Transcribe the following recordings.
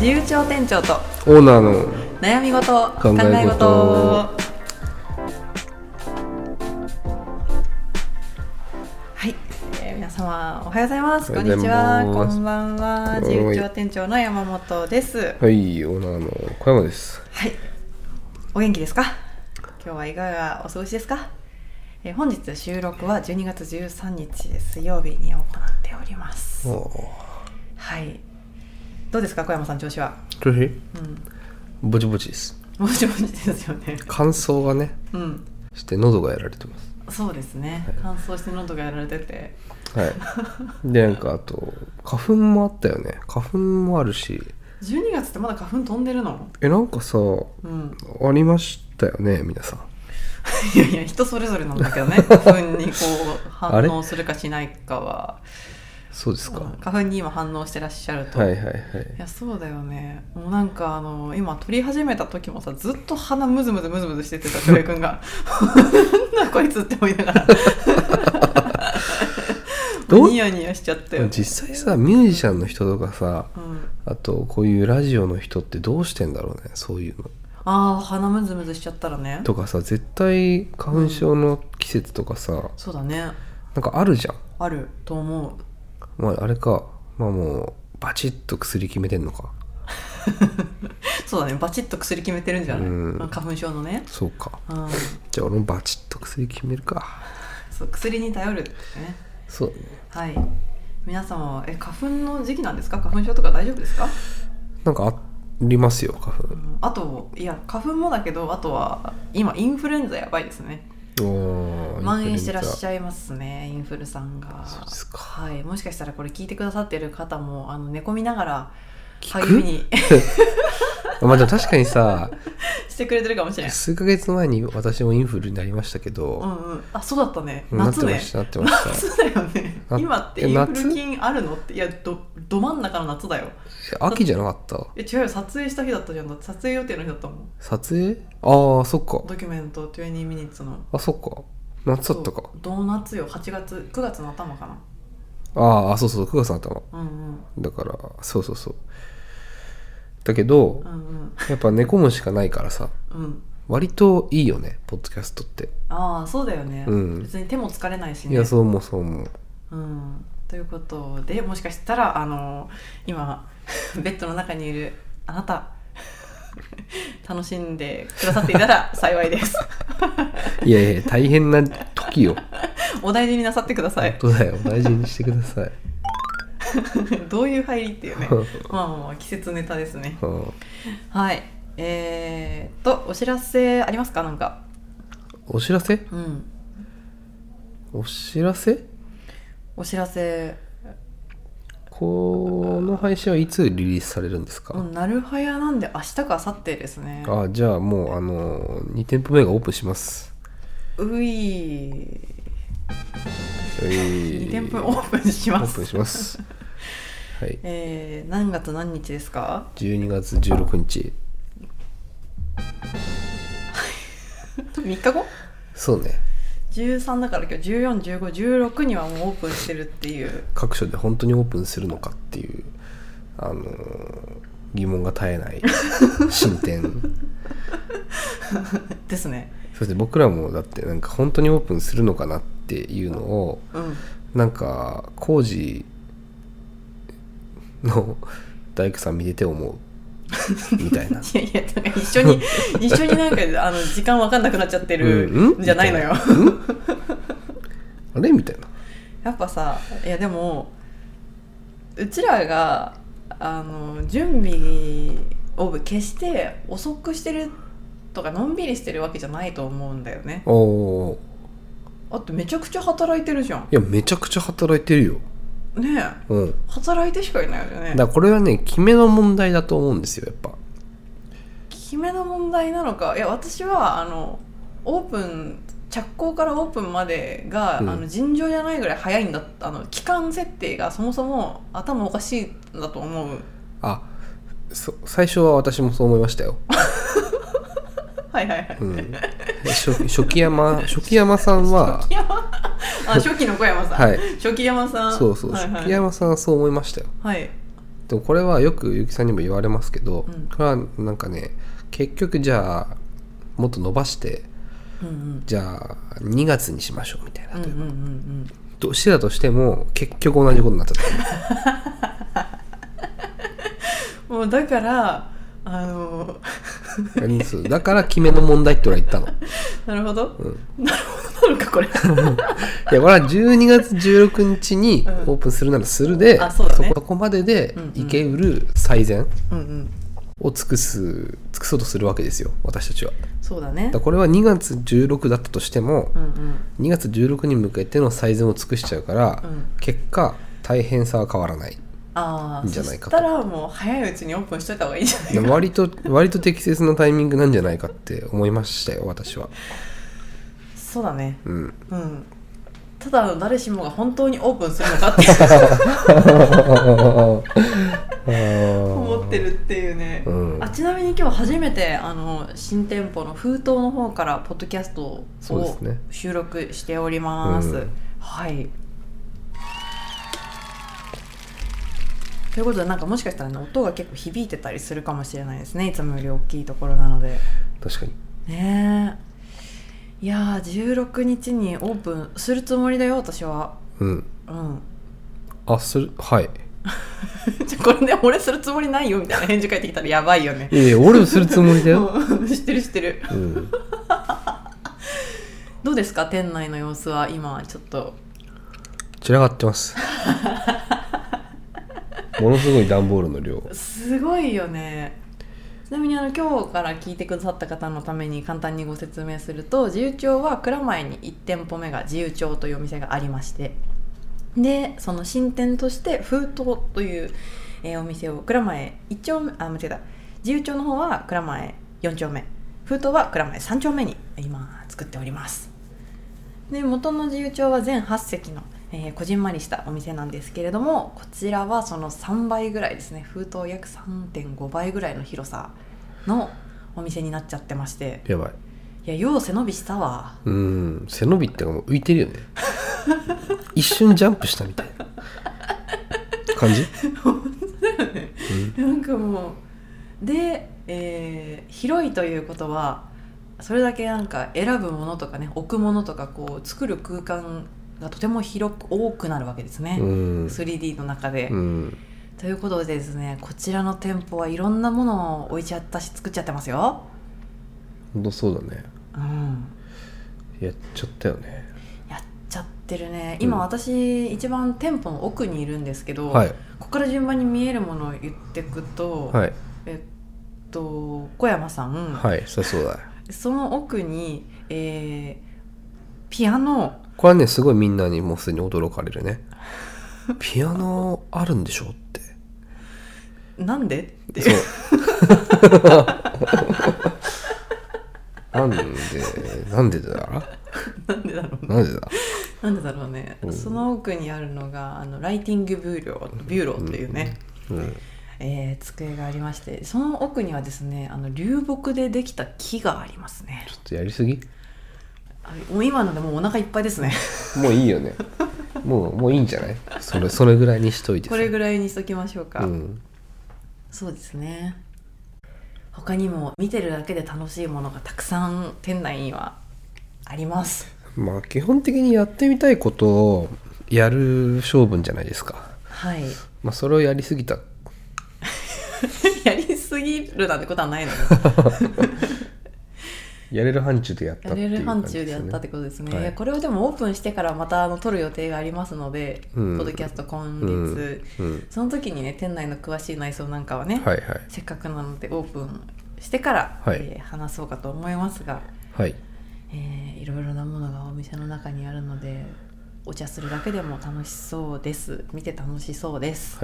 自由帳店長とオーナーの悩み事考ええ事事。はい、皆様おはようございます。こんにちは、こんばんは。自由帳店長の山本です。 はい、オーナーの小山です。 はい、お元気ですか？今日はいかがお過ごしですか？本日収録は12月13日水曜日に行っております。はい、どうですか小山さん、調子は？ 調子？ぼちぼちです。 ぼちぼちですよね。 乾燥がね、して喉がやられてます。 そうですね、乾燥して喉がやられてて、 はい。で、なんかあと花粉もあったよね。花粉もあるし。 12月ってまだ花粉飛んでるの？ なんかさ、ありましたよね、皆さん。 いやいや、人それぞれなんだけどね。花粉にこう反応するかしないかは。 そうですか。 花粉に今反応してらっしゃると。 はいはいはい。 いや、そうだよね。もうなんか今撮り始めた時もさ、ずっと鼻ムズムズムズムズしててさ、翔平くんがなんだこいつって思いながらニヤニヤしちゃったよね。 実際さ、ミュージシャンの人とかさ、あとこういうラジオの人ってどうしてんだろうね、そういうの。 鼻ムズムズしちゃったらねとかさ、絶対花粉症の季節とかさ、 そうだね、 なんかあるじゃん。 あると思う。 まああれか、まあもうバチッと薬決めてんのかそうだね、バチッと薬決めてるんじゃない？花粉症のね。 そうか、じゃあ俺もバチッと薬決めるか。 そう、薬に頼るってね。 そうね。 はい、皆様は花粉の時期なんですか？花粉症とか大丈夫ですか？ なんかありますよ、花粉。 あと、いや花粉もだけど、あとは今インフルエンザやばいですね。蔓延してらっしゃいますね、インフルさんが。 そうですか。 はい、もしかしたらこれ聞いてくださってる方も寝込みながら励みにまあでも確かにさしてくれてるかもしれない。 数ヶ月前に私もインフルになりましたけど、 あ、そうだったね。夏ね。 なってました。 夏だよね。今ってインフル菌あるのって。いや、ど真ん中の夏だよ。 秋じゃなかった？ 違うよ、撮影した日だったじゃん。撮影予定の日だったもん。 撮影？ああ、そっか。 ドキュメント20ミニッツの。 あ、そっか。夏だったか。 ドーナツよ。9月の頭かな。 そうそう、9月の頭。だからそうだけど、やっぱ寝込むしかないからさ、割といいよね、ポッドキャストって。 そうだよね、別に手も疲れないしね。 いや、そう思う。 ということで、もしかしたら今ベッドの中にいるあなた楽しんでくださっていたら幸いですいやいや、大変な時よ。 お大事になさってください。 本当だよ、お大事にしてくださいどういう入りっていうねまあ季節ネタですね。はい、お知らせありますか？なんかお知らせ？お知らせこの配信はいつリリースされるんですか？ なるはやなんで明日か明後日ですね。 じゃあもう2店舗目がオープンします。 2店舗オープンします。はい。何月何日ですか ？12月16日。 3日後？ そうね。 13だから今日14、15、16にはもうオープンしてるっていう。 各所で本当にオープンするのかっていう疑問が絶えない進展ですね。 そして僕らもだってなんか本当にオープンするのかなっていうのを、なんか工事の大工さん見てて思うみたいな。 いやいや、なんか一緒になんか時間分かんなくなっちゃってるんじゃないのよ。 あれみたいな。 やっぱさ、いやでもうちらが準備を決して遅くしてるとかのんびりしてるわけじゃないと思うんだよね。あとめちゃくちゃ働いてるじゃん。 いや、めちゃくちゃ働いてるよねえ、働いてしかいないよね。 だからこれはね、決めの問題だと思うんですよ。やっぱ決めの問題なのか。いや、私はオープン着工からオープンまでが、尋常じゃないぐらい早いんだ。期間設定がそもそも頭おかしいんだと思う。 最初は私もそう思いましたよはいはいはい、 初期山さんは初期の小山さん、初期山さん、 そう、初期山さんはそう思いましたよ。 はい。 でもこれはよくゆきさんにも言われますけど、 うん、 これはなんかね結局じゃあもっと伸ばして、 うんうん、 じゃあ2月にしましょうみたいな、 うんうんうんうん、 どうしてだとしても結局同じことになっちゃったもうだからそうだから決めの問題って俺は言ったのなるほど、 うん、 なるほどなのかこれいやこれは12月16日にオープンするならするで、 うん、そうだね、 そこまででいけうる最善を尽くそうとするわけですよ私たちは。 そうだね。 だこれは2月16だったとしても、 うんうん、 2月16に向けての最善を尽くしちゃうから、うん、結果大変さは変わらないんじゃないかと。 そしたらもう早いうちにオープンしといた方がいいんじゃないか。 割と適切なタイミングなんじゃないかって思いましたよ私は。 そうだね、 うんうん、ただ誰しもが本当にオープンするのかって思ってるっていうね、うん、ちなみに今日初めて新店舗の封筒の方からポッドキャストを収録しております、うん、はいということでなんかもしかしたら、ね、音が結構響いてたりするかもしれないですね、いつもより大きいところなので。 確かにねえ、いや16日にオープンするつもりだよ私は。 うんうんするはいこれね俺するつもりないよみたいな返事返ってきたらやばいよね。 いや俺もするつもりだよ知ってる知ってる、うん、どうですか店内の様子は。今ちょっと散らかってますものすごい段ボールの量すごいよね。ちなみに今日から聞いてくださった方のために簡単にご説明すると、自由帳は蔵前に1店舗目が自由帳というお店がありまして、でその新店として封筒という、お店を蔵前1丁目間違えた、自由帳の方は蔵前4丁目、封筒は蔵前3丁目に今作っております。で元の自由帳は全8席のこじんまりしたお店なんですけれども、こちらはその3倍ぐらいですね、封筒約 3.5 倍ぐらいの広さのお店になっちゃってまして、 やばい。 いやよう背伸びしたわ。 背伸びってかもう浮いてるよね一瞬ジャンプしたみたいな感じ本当だよね、なんかもうで、広いということはそれだけなんか選ぶものとかね、置くものとかこう作る空間がとても広く多くなるわけですね、3D の中で、ということでですね、こちらの店舗はいろんなものを置いちゃったし作っちゃってますよ。 本当そうだね、やっちゃったよね。 やっちゃってるね。今、私一番店舗の奥にいるんですけど、 はい、 ここから順番に見えるものを言っていくと、 はい、 小山さん、 はい、そうだ。 その奥に、ピアノ。 これはねすごいみんなにもうすでに驚かれるねピアノあるんでしょってなんでってそうなんでだろうなんでだろうね、その奥にあるのがライティングビューローっていうね、机がありまして、その奥にはですね流木でできた木がありますね。 ちょっとやりすぎ。 もう今のでもうお腹いっぱいですねもういいよねもういいんじゃない。それぐらいにしといて、 これぐらいにしときましょうか、そうですね。他にも見てるだけで楽しいものがたくさん店内にはあります。 まあ基本的にやってみたいことをやる性分じゃないですか。 はい。 まあそれをやりすぎたやりすぎるなんてことはないのよやれる範疇でやったっていう感じですね。 やれる範疇でやったってことですね、 はい、 これをでもオープンしてからまた撮る予定がありますので、ポッドキャスト今月、その時にね店内の詳しい内装なんかはね、せっかくなのでオープンしてから、話そうかと思いますが、いろいろなものがお店の中にあるのでお茶するだけでも楽しそうです。見て楽しそうです。はい、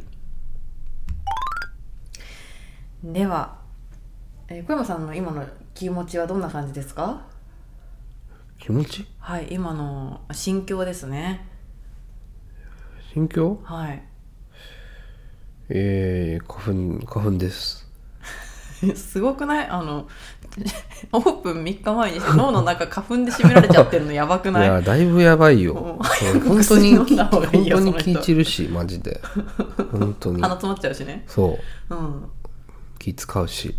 では、小山さんの今の気持ちはどんな感じですか？ 気持ち？ はい、今の心境ですね。 心境？ はい。 花粉ですすごくない？オープン3日前にして脳の中花粉で締められちゃってるのやばくない？ いやだいぶやばいよ。本当に飲んだ方がいいよ。 気散るしマジで本当に鼻詰まっちゃうしね。 そう、 うん、 気使うし、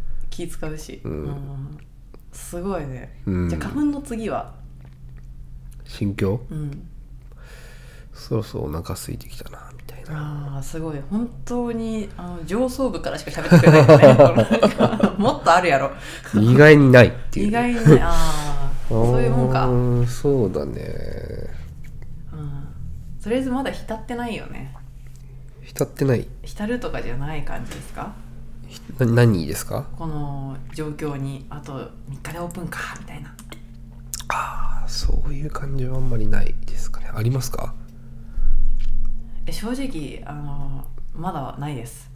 すごいね、 うん、 じゃあ花粉の次は心境、 うん、 そろそろお腹空いてきたなみたいな。 すごい本当に上層部からしか喋ってくれないよねもっとあるやろ意外にないっていう、 意外にないそういうもんか。 そうだね、 とりあえずまだ浸ってないよね。 浸ってない？ 浸るとかじゃない感じですか？ 何ですか？ この状況にあと3日でオープンかみたいな。 そういう感じはあんまりないですかね。ありますか？ 正直まだないです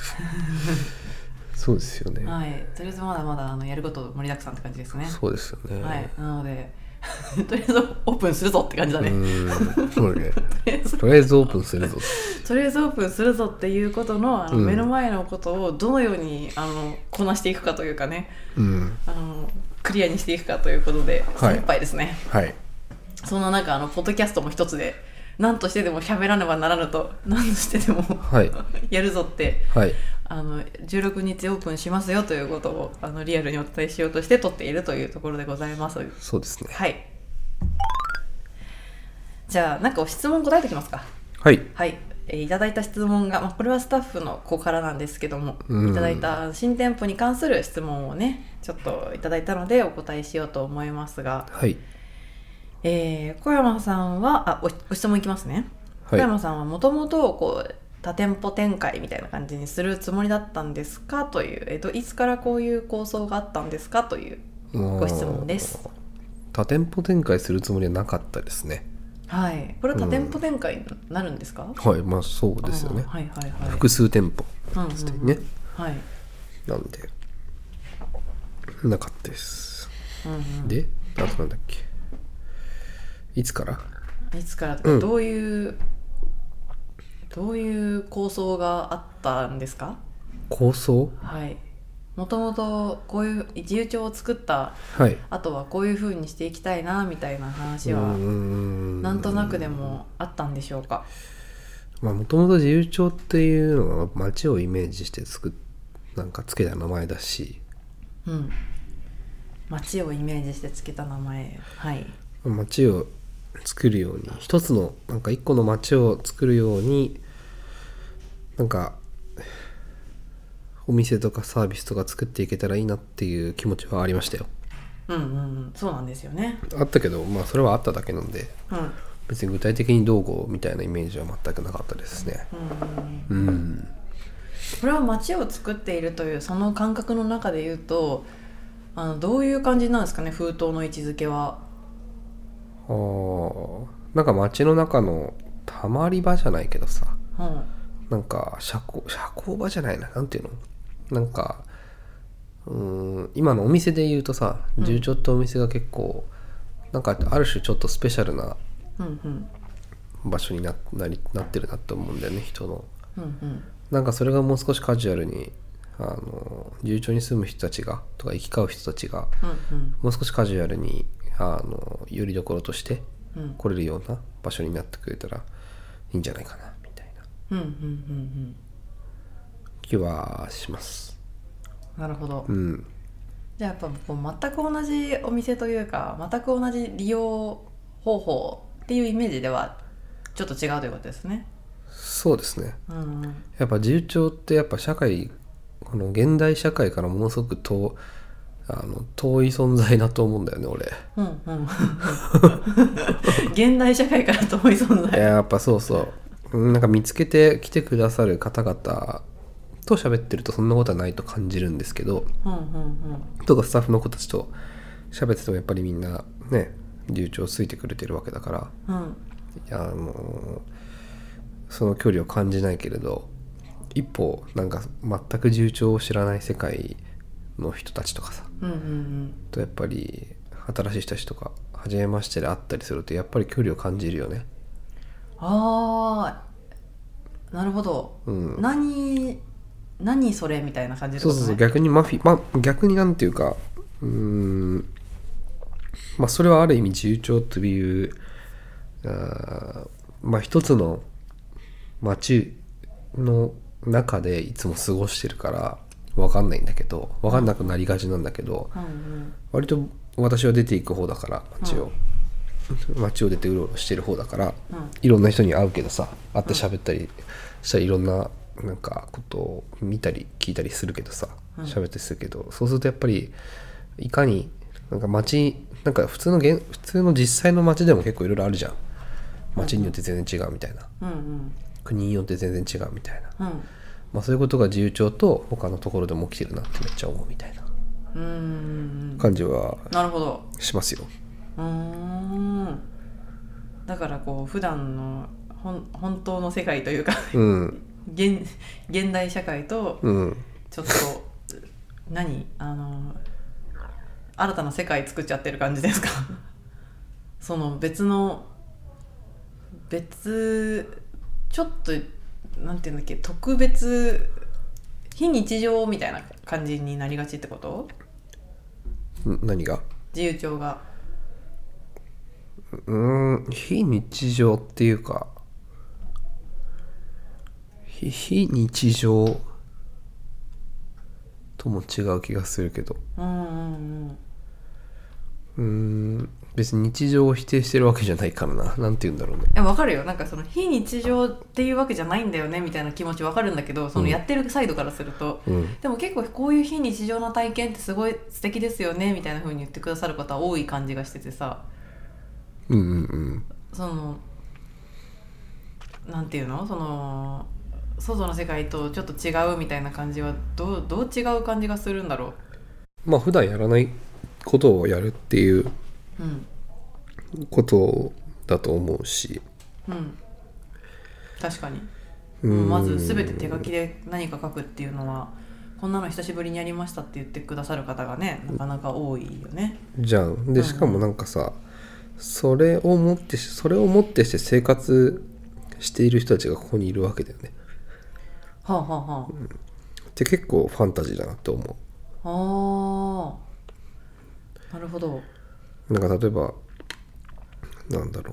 そうですよね。 はい、とりあえずまだまだやること盛りだくさんって感じですね。 そうですよね。 はい、なのでとりあえずオープンするぞって感じだね。 そうねとりあえずオープンするぞとりあえずオープンするぞっていうことの、目の前のことをどのようにこなしていくかというかね、クリアにしていくかということで精一杯ですね。 はい、 そんな中ポッドキャストも一つで何としてでも喋らねばならぬと、何としてでも、やるぞって、16日オープンしますよということをリアルにお伝えしようとして撮っているというところでございます。 そうですね。 はい。じゃあなんか質問答えておきますか。 はい。 はい。いただいた質問が、これはスタッフの子からなんですけども、いただいた新店舗に関する質問をね、ちょっといただいたのでお答えしようと思いますが、 はい。 小山さんはご質問いきますね。小山さんはもともと多店舗展開みたいな感じにするつもりだったんですかという、いつからこういう構想があったんですかというご質問です。 多店舗展開するつもりはなかったですね。 はい。これは多店舗展開になるんですか？ はい、そうですよね。複数店舗ですね。 はい。 なんでなかったです。で、あとなんだっけ。いつからとか、 どういう構想があったんですか？ 構想？ はい。もともとこういう自由帳を作った、あとはこういう風にしていきたいなみたいな話はなんとなくでもあったんでしょうか？ もともと自由帳っていうのは街をイメージしてなんかつけた名前だし、 街をイメージしてつけた名前。はい。 街を作るように、一つのなんか一個の街を作るように、なんかお店とかサービスとか作っていけたらいいなっていう気持ちはありましたよ。 そうなんですよね。 あったけど、それはあっただけなんで、別に具体的にどうこうみたいなイメージは全くなかったですね。 これは街を作っているというその感覚の中で言うと、どういう感じなんですかね、封筒の位置づけは。 なんか街の中のたまり場じゃないけどさ、なんか社交場じゃないな、なんていうの、なんか今のお店で言うとさ、住居ってお店が結構なんかある種ちょっとスペシャルな場所になってるなって思うんだよね、人の。なんかそれがもう少しカジュアルに住居に住む人たちがとか行き交う人たちが、もう少しカジュアルによりどころとして来れるような場所になってくれたらいいんじゃないかなみたいな気はします。 なるほど。じゃあやっぱ全く同じお店というか、全く同じ利用方法っていうイメージではちょっと違うということですね。 そうですね。やっぱ自由帳ってやっぱこの現代社会からものすごく遠い存在だと思うんだよね、俺。 現代社会から遠い存在。 やっぱそうなんか見つけて来てくださる方々と喋ってるとそんなことはないと感じるんですけど、とかスタッフの子たちと喋っててもやっぱりみんなね、流暢ついてくれてるわけだから、その距離を感じないけれど、一方なんか全く流暢を知らない世界の人たちとかさ、とやっぱり新しい人たちとか初めましてで会ったりするとやっぱり距離を感じるよね。 なるほど。何何それみたいな感じで、 そうそうそう、逆に逆になんていうか、それはある意味自由帳という一つの街の中でいつも過ごしてるから分かんないんだけど、分かんなくなりがちなんだけど、割と私は出ていく方だから、街を出てうろうろしてる方だから、いろんな人に会うけどさ、会って喋ったりしたらいろんななんかことを見たり聞いたりするけどさ、喋ったりするけど、そうするとやっぱりいかになんかなんか普通の実際の街でも結構いろいろあるじゃん。街によって全然違うみたいな、国によって全然違うみたいな、そういうことが自由帳と他のところでも起きてるなってめっちゃ思うみたいな感じはしますよ。 だからこう普段の本当の世界というか現代社会とちょっと新たな世界作っちゃってる感じですかそのちょっとなんていうんだっけ、特別非日常みたいな感じになりがちってこと？ 何が？ 自由帳が非日常っていうか、非日常とも違う気がするけど、別に日常を否定してるわけじゃないからな。なんて言うんだろうね。 いや分かるよ。なんかその非日常っていうわけじゃないんだよねみたいな気持ち分かるんだけど、そのやってるサイドからすると、でも結構こういう非日常な体験ってすごい素敵ですよねみたいな風に言ってくださる方多い感じがしててさ、そのなんていうの、その外の世界とちょっと違うみたいな感じはどう違う感じがするんだろう。普段やらないことをやるっていうことだと思うし、 確かに、まず全て手書きで何か書くっていうのは、こんなの久しぶりにやりましたって言ってくださる方がね、なかなか多いよね。 じゃん。でしかもなんかさ、それをもってして生活している人たちがここにいるわけだよね。って結構ファンタジーだなと思う。なるほど。 なんか例えばなんだろ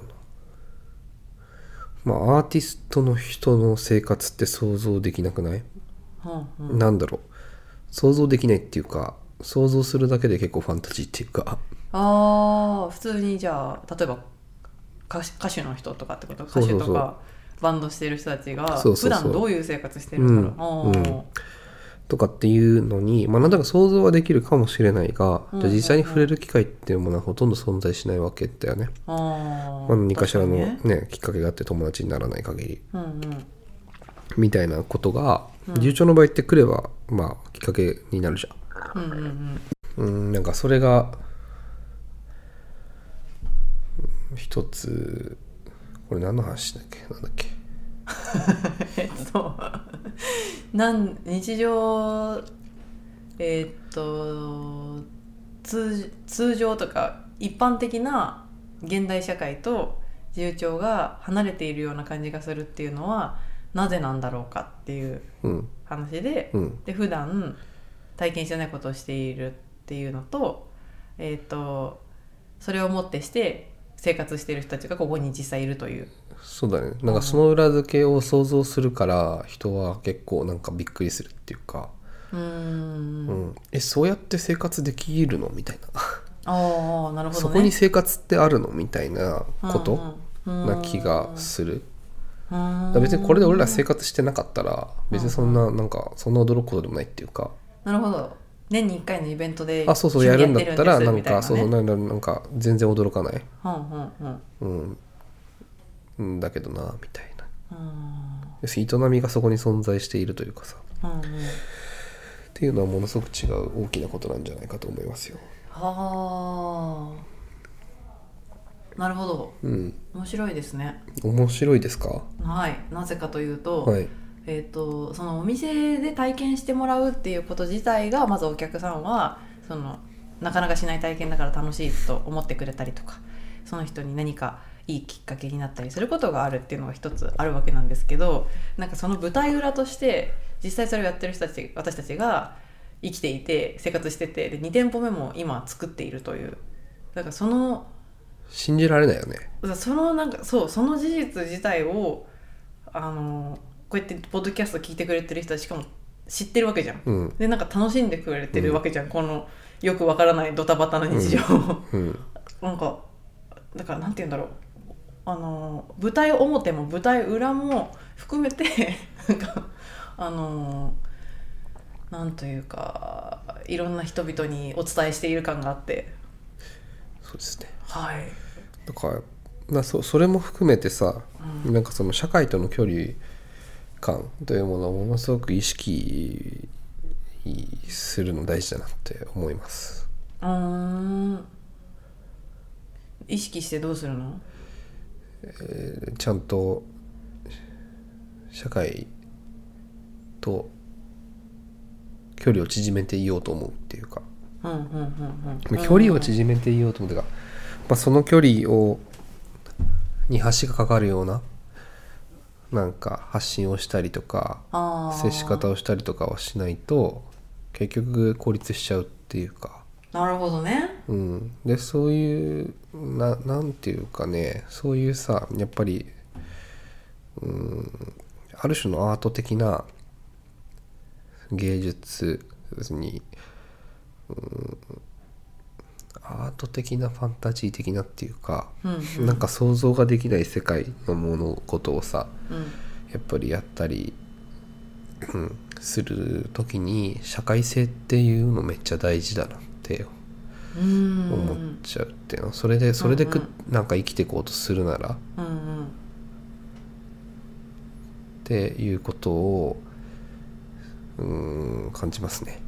うな、アーティストの人の生活って想像できなくない？なんだろう、想像できないっていうか、想像するだけで結構ファンタジーっていうか、 普通にじゃあ例えば歌手の人とかってこと？歌手とかバンドしてる人たちが普段どういう生活してるんだろうとかっていうのに、なんだか想像はできるかもしれないが、じゃあ実際に触れる機会っていうものはほとんど存在しないわけだよね。何かしらのね、きっかけがあって友達にならない限り、みたいなことが自由帳の場合ってくればきっかけになるじゃん。なんかそれが一つ、これ何の話だっけ、なんだっけ日常通常とか一般的な現代社会と自由帳が離れているような感じがするっていうのはなぜなんだろうかっていう話で、で普段体験してないことをしているっていうのと、それをもってして生活している人たちがここに実際いるという。 そうだね。なんかその裏付けを想像するから人は結構なんかびっくりするっていうか、そうやって生活できるのみたいななるほどね、 そこに生活ってあるのみたいなことな気がする。別にこれで俺ら生活してなかったら別にそんな驚くことでもないっていうか、 なるほど。年に1回のイベントでやるんだったらなんかなんか全然驚かない、だけどなみたいな、営みがそこに存在しているというかさ、っていうのはものすごく違う大きなことなんじゃないかと思いますよ。 なるほど、面白いですね。 面白いですか？ はい。なぜかというと、そのお店で体験してもらうっていうこと自体がまずお客さんはそのなかなかしない体験だから楽しいと思ってくれたりとか、その人に何かいいきっかけになったりすることがあるっていうのが一つあるわけなんですけど、なんかその舞台裏として実際それをやってる人たち、私たちが生きていて生活してて、で2店舗目も今作っているという、だからその信じられないよね。 そのなんかその事実自体をこうやってポッドキャスト聞いてくれてる人はしかも知ってるわけじゃん、 うん、 でなんか楽しんでくれてるわけじゃん、このよくわからないドタバタな日常を、なんかだからなんて言うんだろう、舞台表も舞台裏も含めてなんかなんというかいろんな人々にお伝えしている感があって。 そうですね。 はい。 だからそれも含めてさ、なんかその社会との距離感というものをものすごく意識するの大事だなって思います。 意識してどうするの？ ちゃんと社会と距離を縮めていようと思うっていうか、距離を縮めていようと思うというか、その距離に橋がかかるようななんか発信をしたりとか接し方をしたりとかはしないと結局孤立しちゃうっていうか。 なるほどね。 でそういうなんていうかね、そういうさやっぱりある種のアート的な芸術にアート的なファンタジー的なっていうか、なんか想像ができない世界のことをさ、やっぱりやったり、する時に社会性っていうのめっちゃ大事だなって思っちゃうっていうの、それでなんか生きていこうとするなら、っていうことを感じますね。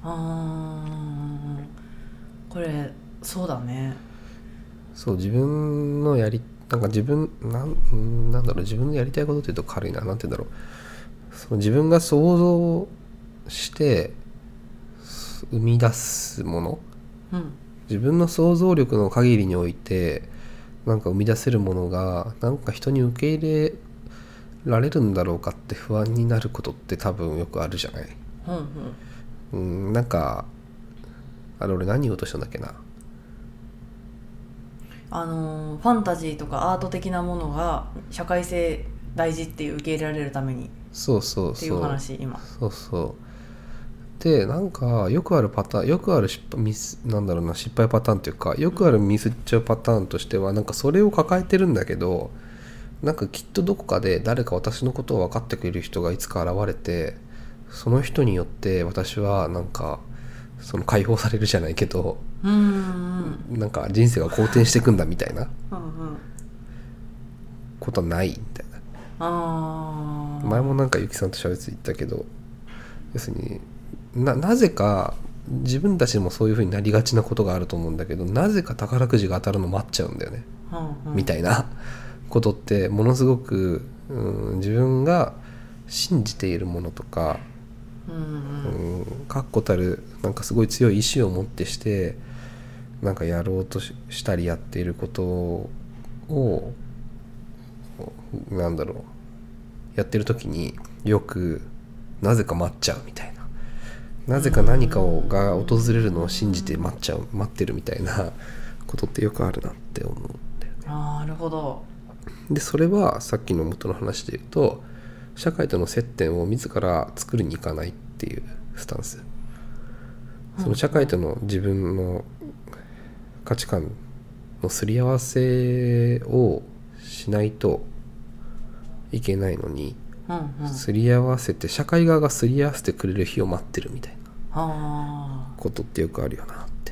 これそうだね。 そう自分のなんか自分なんだろう、自分のやりたいことって言うと軽いな、なんて言うんだろう、その自分が想像して生み出すもの、自分の想像力の限りにおいてなんか生み出せるものがなんか人に受け入れられるんだろうかって不安になることって多分よくあるじゃない。なんか俺何言おうとしたんだっけな。 ファンタジーとかアート的なものが社会性大事っていう受け入れられるためにっていう話今。 でなんかよくあるパターン、よくある失敗パターンというか、よくあるミスっちゃうパターンとしては、なんかそれを抱えてるんだけど、なんかきっとどこかで誰か私のことを分かってくれる人がいつか現れて、その人によって私はなんかその解放されるじゃないけど、なんか人生が好転していくんだみたいなことはないみたいな。前もなんかゆきさんと喋って言ったけど、要するになぜか自分たちもそういう風になりがちなことがあると思うんだけど、なぜか宝くじが当たるの待っちゃうんだよね、みたいなことってものすごく、自分が信じているものとか、確固たるなんかすごい強い意志を持ってしてなんかやろうとしたりやっていることをやってる時によくなぜか待っちゃうみたいな、なぜか何かが訪れるのを信じて待ってるみたいなことってよくあるなって思うんだよね。 なるほど。 でそれはさっきの元の話で言うと、社会との接点を自ら作りに行かないっていうスタンス、その社会との自分の価値観のすり合わせをしないといけないのに、すり合わせて社会側がすり合わせてくれる日を待ってるみたいなことってよくあるよなって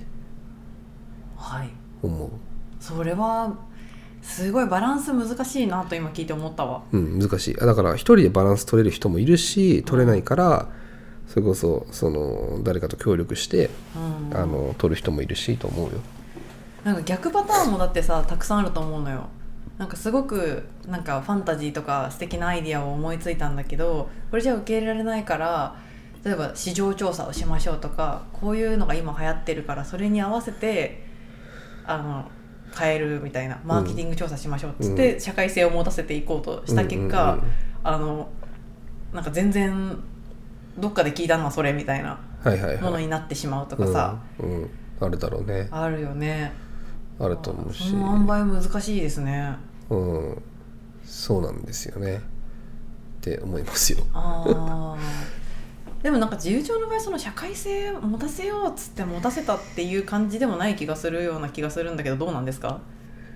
思う。 それはすごいバランス難しいなと今聞いて思ったわ。 難しい。だから一人でバランス取れる人もいるし、取れないからそれこそ誰かと協力して、取る人もいるしと思うよ。 なんか逆パターンもだってさたくさんあると思うのよ。なんかすごくなんかファンタジーとか素敵なアイディアを思いついたんだけど、これじゃ受け入れられないから例えば市場調査をしましょうとか、こういうのが今流行ってるからそれに合わせて変えるみたいな、マーケティング調査しましょうっつって、社会性を持たせていこうとした結果、なんか全然どっかで聞いたのはそれみたいなはいはいはいものになってしまうとかさ、 あるだろうね。 あるよね。 あると思うし、 その塩梅難しいですね。 そうなんですよねって思いますよ。 でもなんか自由帳の場合その社会性持たせようっつって持たせたっていう感じでもない気がするような気がするんだけど、どうなんですか？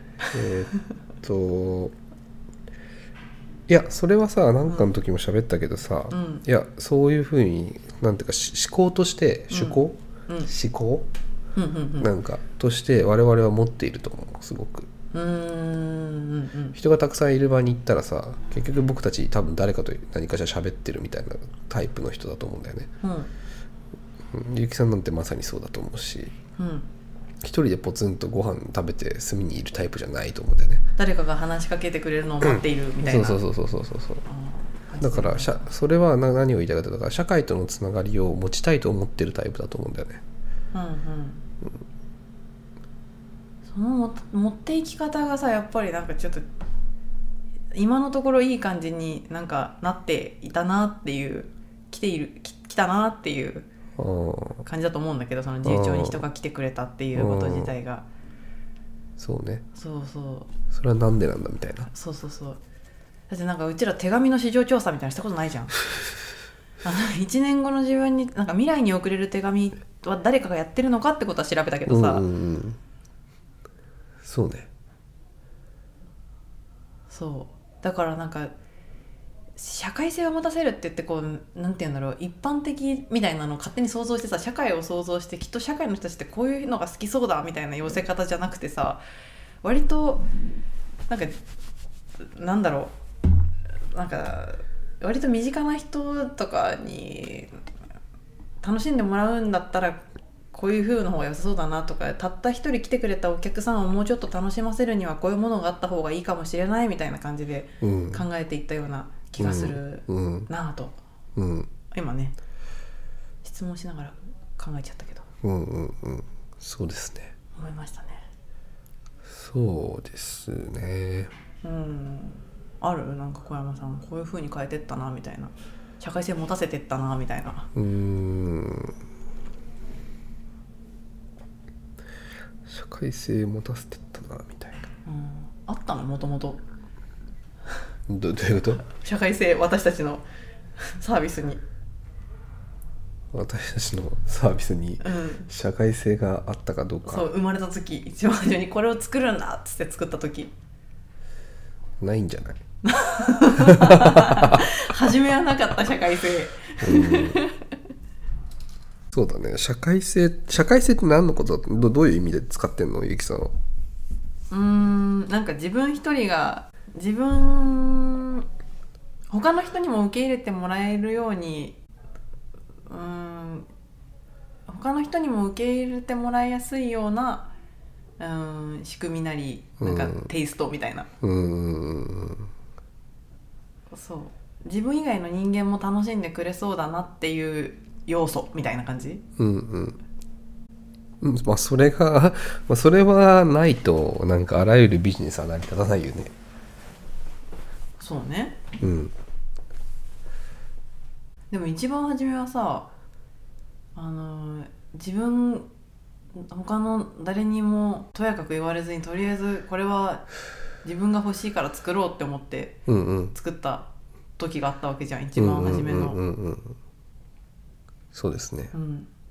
いやそれはさ何かの時も喋ったけどさ、いやそういうふうになんていうか思考として思考、なんかとして我々は持っていると思う。すごく人がたくさんいる場に行ったらさ、結局僕たち多分誰かと何かしら喋ってるみたいなタイプの人だと思うんだよね。ゆうきさんなんてまさにそうだと思うし、一人でポツンとご飯食べて隅にいるタイプじゃないと思うんだよね。 誰かが話しかけてくれるのを待っているみたいな。そうだからそれは何を言いたいかというと、社会とのつながりを持ちたいと思ってるタイプだと思うんだよね。 その持っていき方がさ、やっぱりなんかちょっと今のところいい感じになんかなっていたなっていう、来たなっていう感じだと思うんだけど、その自由帳に人が来てくれたっていうこと自体が。 そうね。 そうそれはなんでなんだみたいな。 そうだってなんかうちら手紙の市場調査みたいなしたことないじゃん。1年後の自分になんか未来に送れる手紙は誰かがやってるのかってことは調べたけどさ、 そうね。 そうだからなんか社会性を持たせるって言ってこうなんて言うんだろう、一般的みたいなのを勝手に想像してさ、社会を想像してきっと社会の人たちってこういうのが好きそうだみたいな寄せ方じゃなくてさ、割となんかなんだろう、なんか割と身近な人とかに楽しんでもらうんだったらこういう風の方が良さそうだなとか、たった一人来てくれたお客さんをもうちょっと楽しませるにはこういうものがあった方がいいかもしれないみたいな感じで考えていったような気がするなぁと、今ね質問しながら考えちゃったけど、 そうですね、 思いましたね。 そうですね。 ある？なんか小山さんこういう風に変えてったなみたいな、社会性持たせてったなみたいな。 社会性持たせてったなみたいな、 あったの？もともとどういうこと？ 社会性、私たちのサービスに社会性があったかどうか。 そう生まれた時、一番最初にこれを作るんだっつって作った時ないんじゃない？ 初めはなかった社会性。 そうだね。社会性って何のことだ？どういう意味で使ってんの、ゆきさんは？ なんか自分一人が他の人にも受け入れてもらえるように、他の人にも受け入れてもらいやすいような仕組みなり、なんかテイストみたいな、そう自分以外の人間も楽しんでくれそうだなっていう要素みたいな感じ。 まあそれはないとなんかあらゆるビジネスは成り立たないよね。 そうね。でも一番初めはさ、自分他の誰にもとやかく言われずに、とりあえずこれは自分が欲しいから作ろうって思って作った時があったわけじゃん、一番初めの。 そうですね。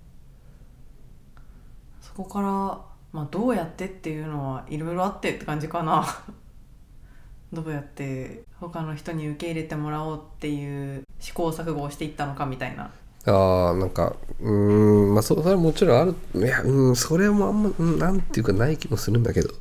そこから、まあ、どうやってっていうのはいろいろあってって感じかな。どうやって他の人に受け入れてもらおうっていう試行錯誤をしていったのかみたいな。 なんかまあそれはもちろんある。いやそれもあんまなんていうかない気もするんだけど、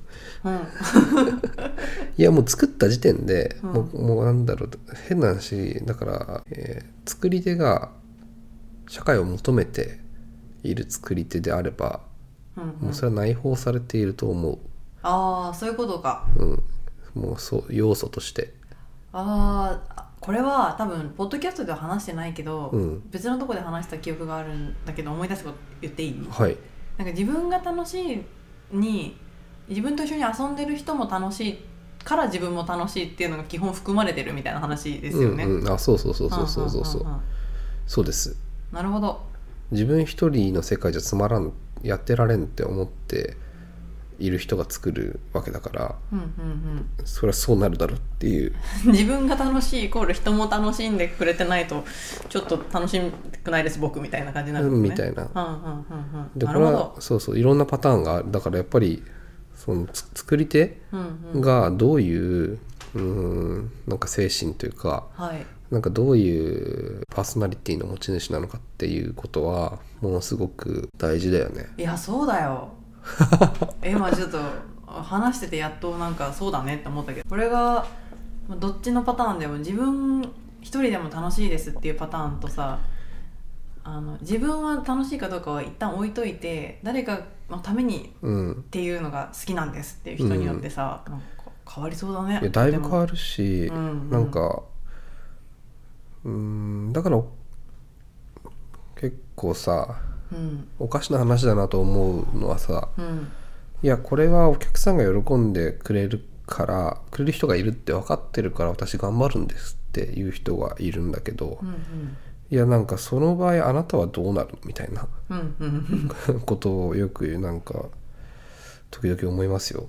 いやもう作った時点で、もうなんだろう、変な話だから、作り手が社会を求めている作り手であれば、もうそれは内包されていると思う。 そういうことか。 もうそう要素として。 これは多分ポッドキャストでは話してないけど、別のとこで話した記憶があるんだけど、思い出すこと言っていい？ はい。 なんか自分が楽しいに、自分と一緒に遊んでる人も楽しいから自分も楽しいっていうのが基本含まれてるみたいな話ですよね。 そう。 そうです。 なるほど。 自分一人の世界じゃつまらん、やってられんって思っている人が作るわけだから、 うんうんそれはそうなるだろうっていう。 うん、自分が楽しいイコール人も楽しんでくれてないとちょっと楽しくないです僕みたいな感じになるもんね、 みたいな。 うんうんうんうん、 でこれはそうそういろんなパターンがある。だからやっぱりその作り手がどういう、なんか精神というか、 はい、 なんかどういうパーソナリティの持ち主なのかっていうことはものすごく大事だよね。 いやそうだよ今ちょっと話しててやっとなんかそうだねって思ったけど、これがどっちのパターンでも自分一人でも楽しいですっていうパターンとさ、自分は楽しいかどうかは一旦置いといて誰かのためにっていうのが好きなんですっていう人によってさ、なんか変わりそうだね。 いやだいぶ変わるし、なんかだから結構さ、おかしな話だなと思うのはさ、いやこれはお客さんが喜んでくれる人がいるって分かってるから私頑張るんですっていう人がいるんだけど、いやなんかその場合あなたはどうなるみたいなことをよくなんか時々思いますよ。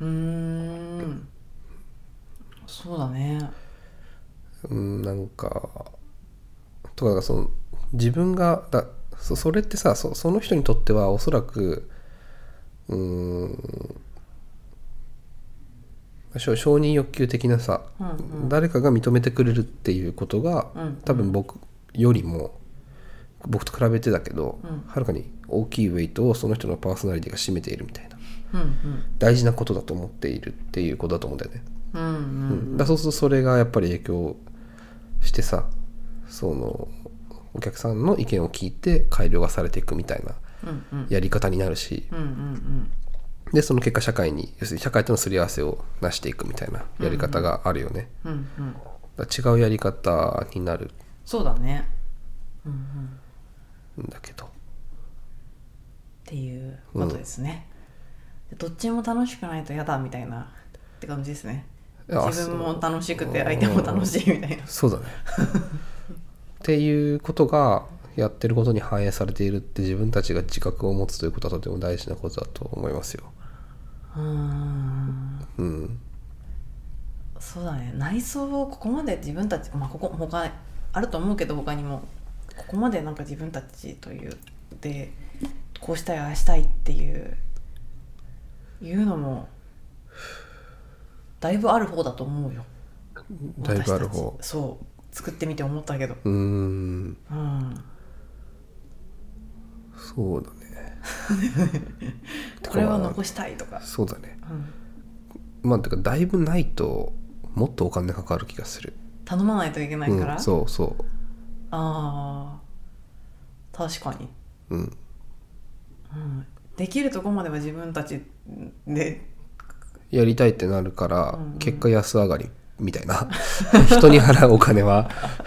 そうだね。 なんかとかその自分がそれってさ、その人にとってはおそらく承認欲求的なさ、誰かが認めてくれるっていうことが、多分僕と比べてだけど、はるかに大きいウェイトをその人のパーソナリティが占めているみたいな、大事なことだと思っているっていうことだと思うんだよね。だそうするとそれがやっぱり影響してさ、そのお客さんの意見を聞いて改良がされていくみたいなやり方になるし、でその結果社会とのすり合わせをなしていくみたいなやり方があるよね。だ違うやり方になる。 そうだね。 だけどっていうことですね。どっちも楽しくないと嫌だみたいなって感じですね。自分も楽しくて相手も楽しいみたいな。 そうだねっていうことがやってることに反映されているって自分たちが自覚を持つということはとても大事なことだと思いますよ。 そうだね。内装をここまで自分たち、他あると思うけど他にもここまでなんか自分たちというでこうしたいああしたいっていうのもだいぶある方だと思うよ。 だいぶある方。 そう作ってみて思ったけど。 そうだねこれは残したいとか。 そうだね。てかだいぶないともっとお金かかる気がする。 頼まないといけないから。 そうそう。 確かに。できるとこまでは自分たちでやりたいってなるから、結果安上がりみたいな人に払うお金は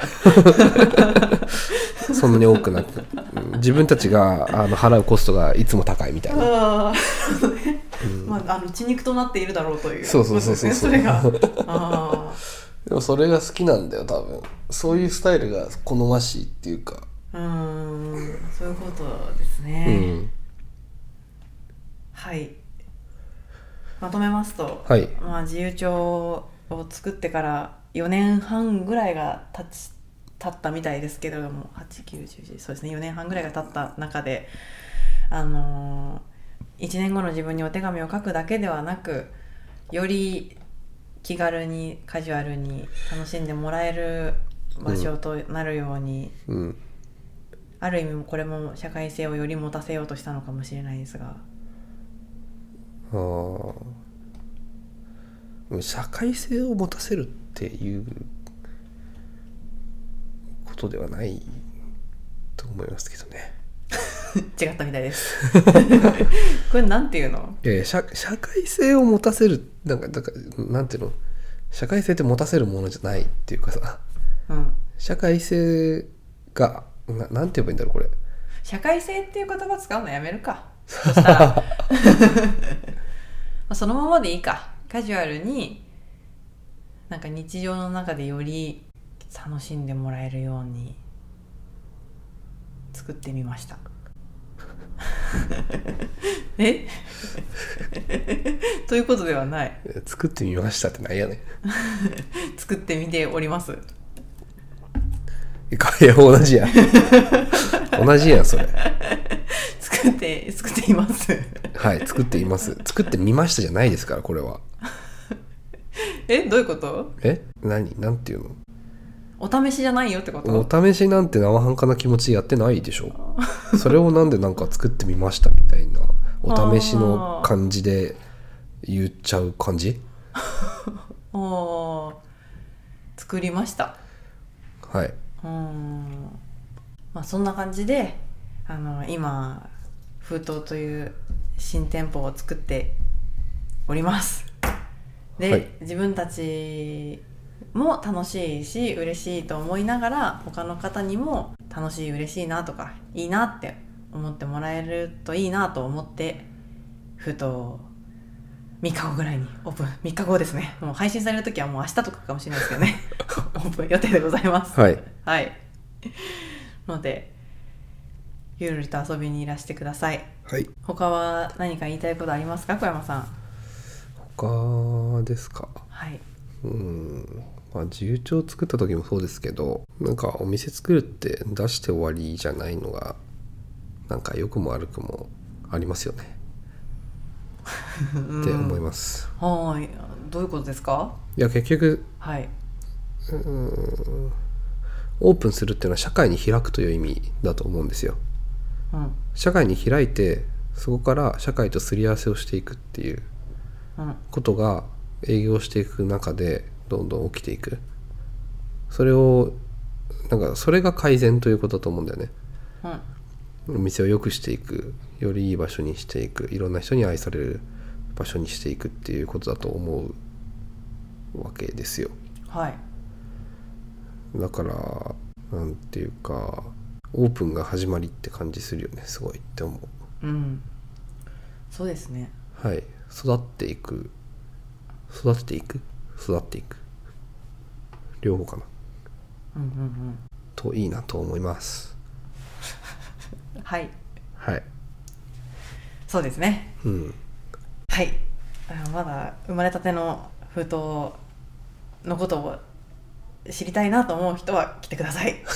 そんなに多くなく、自分たちが払うコストがいつも高いみたいな。 血肉となっているだろうという。 そうそれがでもそれが好きなんだよ多分。そういうスタイルが好ましいっていうか。 そういうことですね。はい。まとめますと、自由帳を作ってから4年半ぐらいが経ったみたいですけれども、8、9、10、そうですね、4年半ぐらいが経った中で、1年後の自分にお手紙を書くだけではなく、より気軽にカジュアルに楽しんでもらえる場所となるように、ある意味これも社会性をより持たせようとしたのかもしれないですが。 社会性を持たせるっていうことではないと思いますけどね。 違ったみたいですこれなんていうの？ 社会性を持たせるだからなんていうの、社会性って持たせるものじゃないっていうかさ、社会性がなんて言えばいいんだろうこれ。 社会性っていう言葉使うのやめるか。そしたらそのままでいいか。カジュアルになんか日常の中でより楽しんでもらえるように作ってみましたえということではない。 作ってみましたってなんやねん作ってみております。 いや同じやん同じやんそれ作っていますはい作っています。作ってみましたじゃないですからこれはどういうこと？ なんていうの？ お試しじゃないよってこと？ お試しなんて生半可な気持ちでやってないでしょそれをなんでなんか作ってみましたみたいなお試しの感じで言っちゃう感じ作りました。 はい。 まあそんな感じで今封筒という新店舗を作っております。で、はい、自分たちも楽しいし嬉しいと思いながら他の方にも楽しい嬉しいなとかいいなって思ってもらえるといいなと思って封筒を3日後ぐらいにオープン。3日後ですね。もう配信される時はもう明日とかかもしれないですけどねオープン予定でございます。 はいはいのでゆるりと遊びにいらしてください。 はい。 他は何か言いたいことありますか、小山さん。 他ですか。 はい。 まあ自由帳を作った時もそうですけど、なんかお店作るって出して終わりじゃないのがなんか良くも悪くもありますよねって思います。 はい。どういうことですか？ いや結局、 はい、 オープンするっていうのは社会に開くという意味だと思うんですよ。社会に開いてそこから社会とすり合わせをしていくっていうことが営業していく中でどんどん起きていく。それをなんかそれが改善ということだと思うんだよね。お店を良くしていく、よりいい場所にしていく、いろんな人に愛される場所にしていくっていうことだと思うわけですよ。 はい。 だからなんていうかオープンが始まりって感じするよね。すごいって思う。 そうですね。 はい。育っていく両方かな。といいなと思いますはいはい。 そうですね。はい。まだ生まれたての封筒のことを知りたいなと思う人は来てください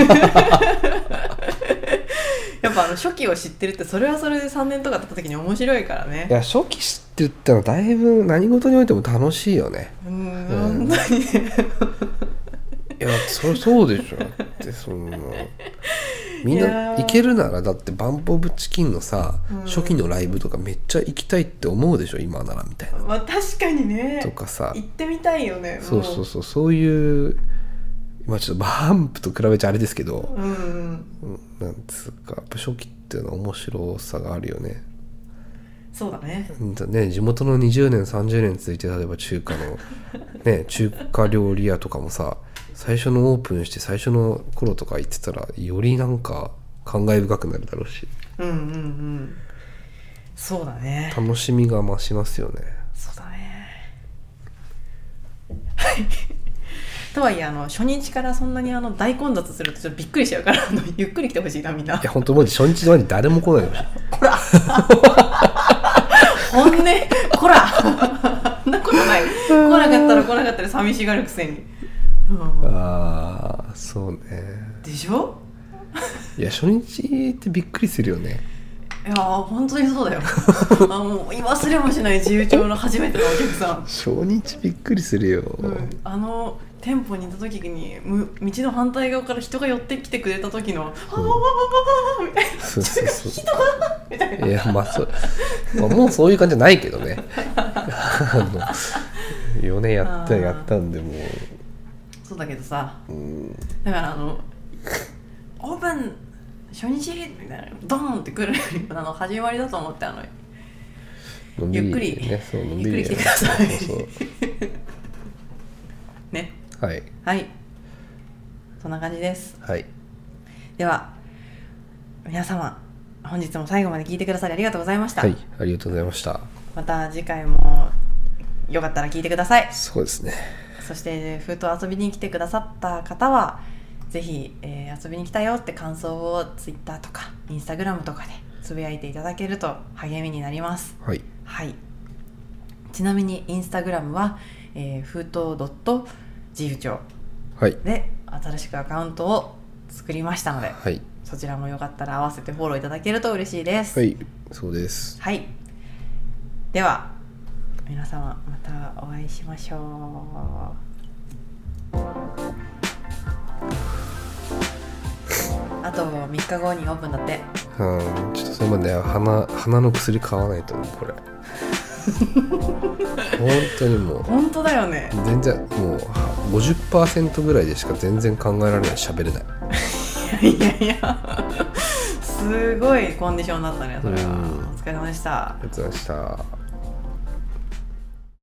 やっぱ初期を知ってるってそれはそれで3年とか経った時に面白いからね。 いや初期知ってるってのはだいぶ何事においても楽しいよね。 本当にねいやそうでしょ。だってそんなみんないけるならだってバンプオブチキンのさ、初期のライブとかめっちゃ行きたいって思うでしょ今ならみたいな。 まあ確かにね。 とかさ行ってみたいよね。 そういうまあちょっとバンプと比べちゃあれですけど、なんつうかやっぱ初期っていうのは面白さがあるよね。 そうだね。 地元の20年30年続いて例えば中華のね中華料理屋とかもさ最初のオープンして最初の頃とか行ってたらよりなんか感慨深くなるだろうし、 そうだね。 楽しみが増しますよね。 そうだねはいとはいえ初日からそんなに大混雑するとちょっとびっくりしちゃうからゆっくり来てほしいなみんな。 いや本当もう初日の前に誰も来ないでほしいこら本音こらそんなことない。来なかったら寂しがるくせに。 ああそうね。 でしょいや初日ってびっくりするよね。 いや本当にそうだよもう言わせれもしない自由帳の初めてのお客さん初日びっくりするよ、 店舗にいた時に道の反対側から人が寄ってきてくれた時のみたいな人がみたいな。 いやもうそういう感じじゃないけどね4年やったんでもうそうだけどさ、だからオープン初日みたいなドーンってくる始まりだと思ってゆっくり来てくださいね。はいそんな感じです。では皆様本日も最後まで聞いてくださりありがとうございました。 はいありがとうございました。 また次回もよかったら聞いてください。 そうですね。 そして封筒遊びに来てくださった方はぜひ、遊びに来たよって感想を Twitter とか Instagram とかでつぶやいていただけると励みになります。 はい、 はい、ちなみに Instagram は、封筒自由帳で新しくアカウントを作りましたので、 はい、 そちらもよかったら合わせてフォローいただけると嬉しいです。 はい、そうです。 はい、では皆様またお会いしましょう。あと3日後にオープンだって。 ちょっとそれまで鼻の薬買わないとこれ本当にもう本当だよね。 全然もう 50% ぐらいでしか全然考えられない、喋れないいやいやすごいコンディションだったねそれは。お疲れ様でした。 ありがとうございました。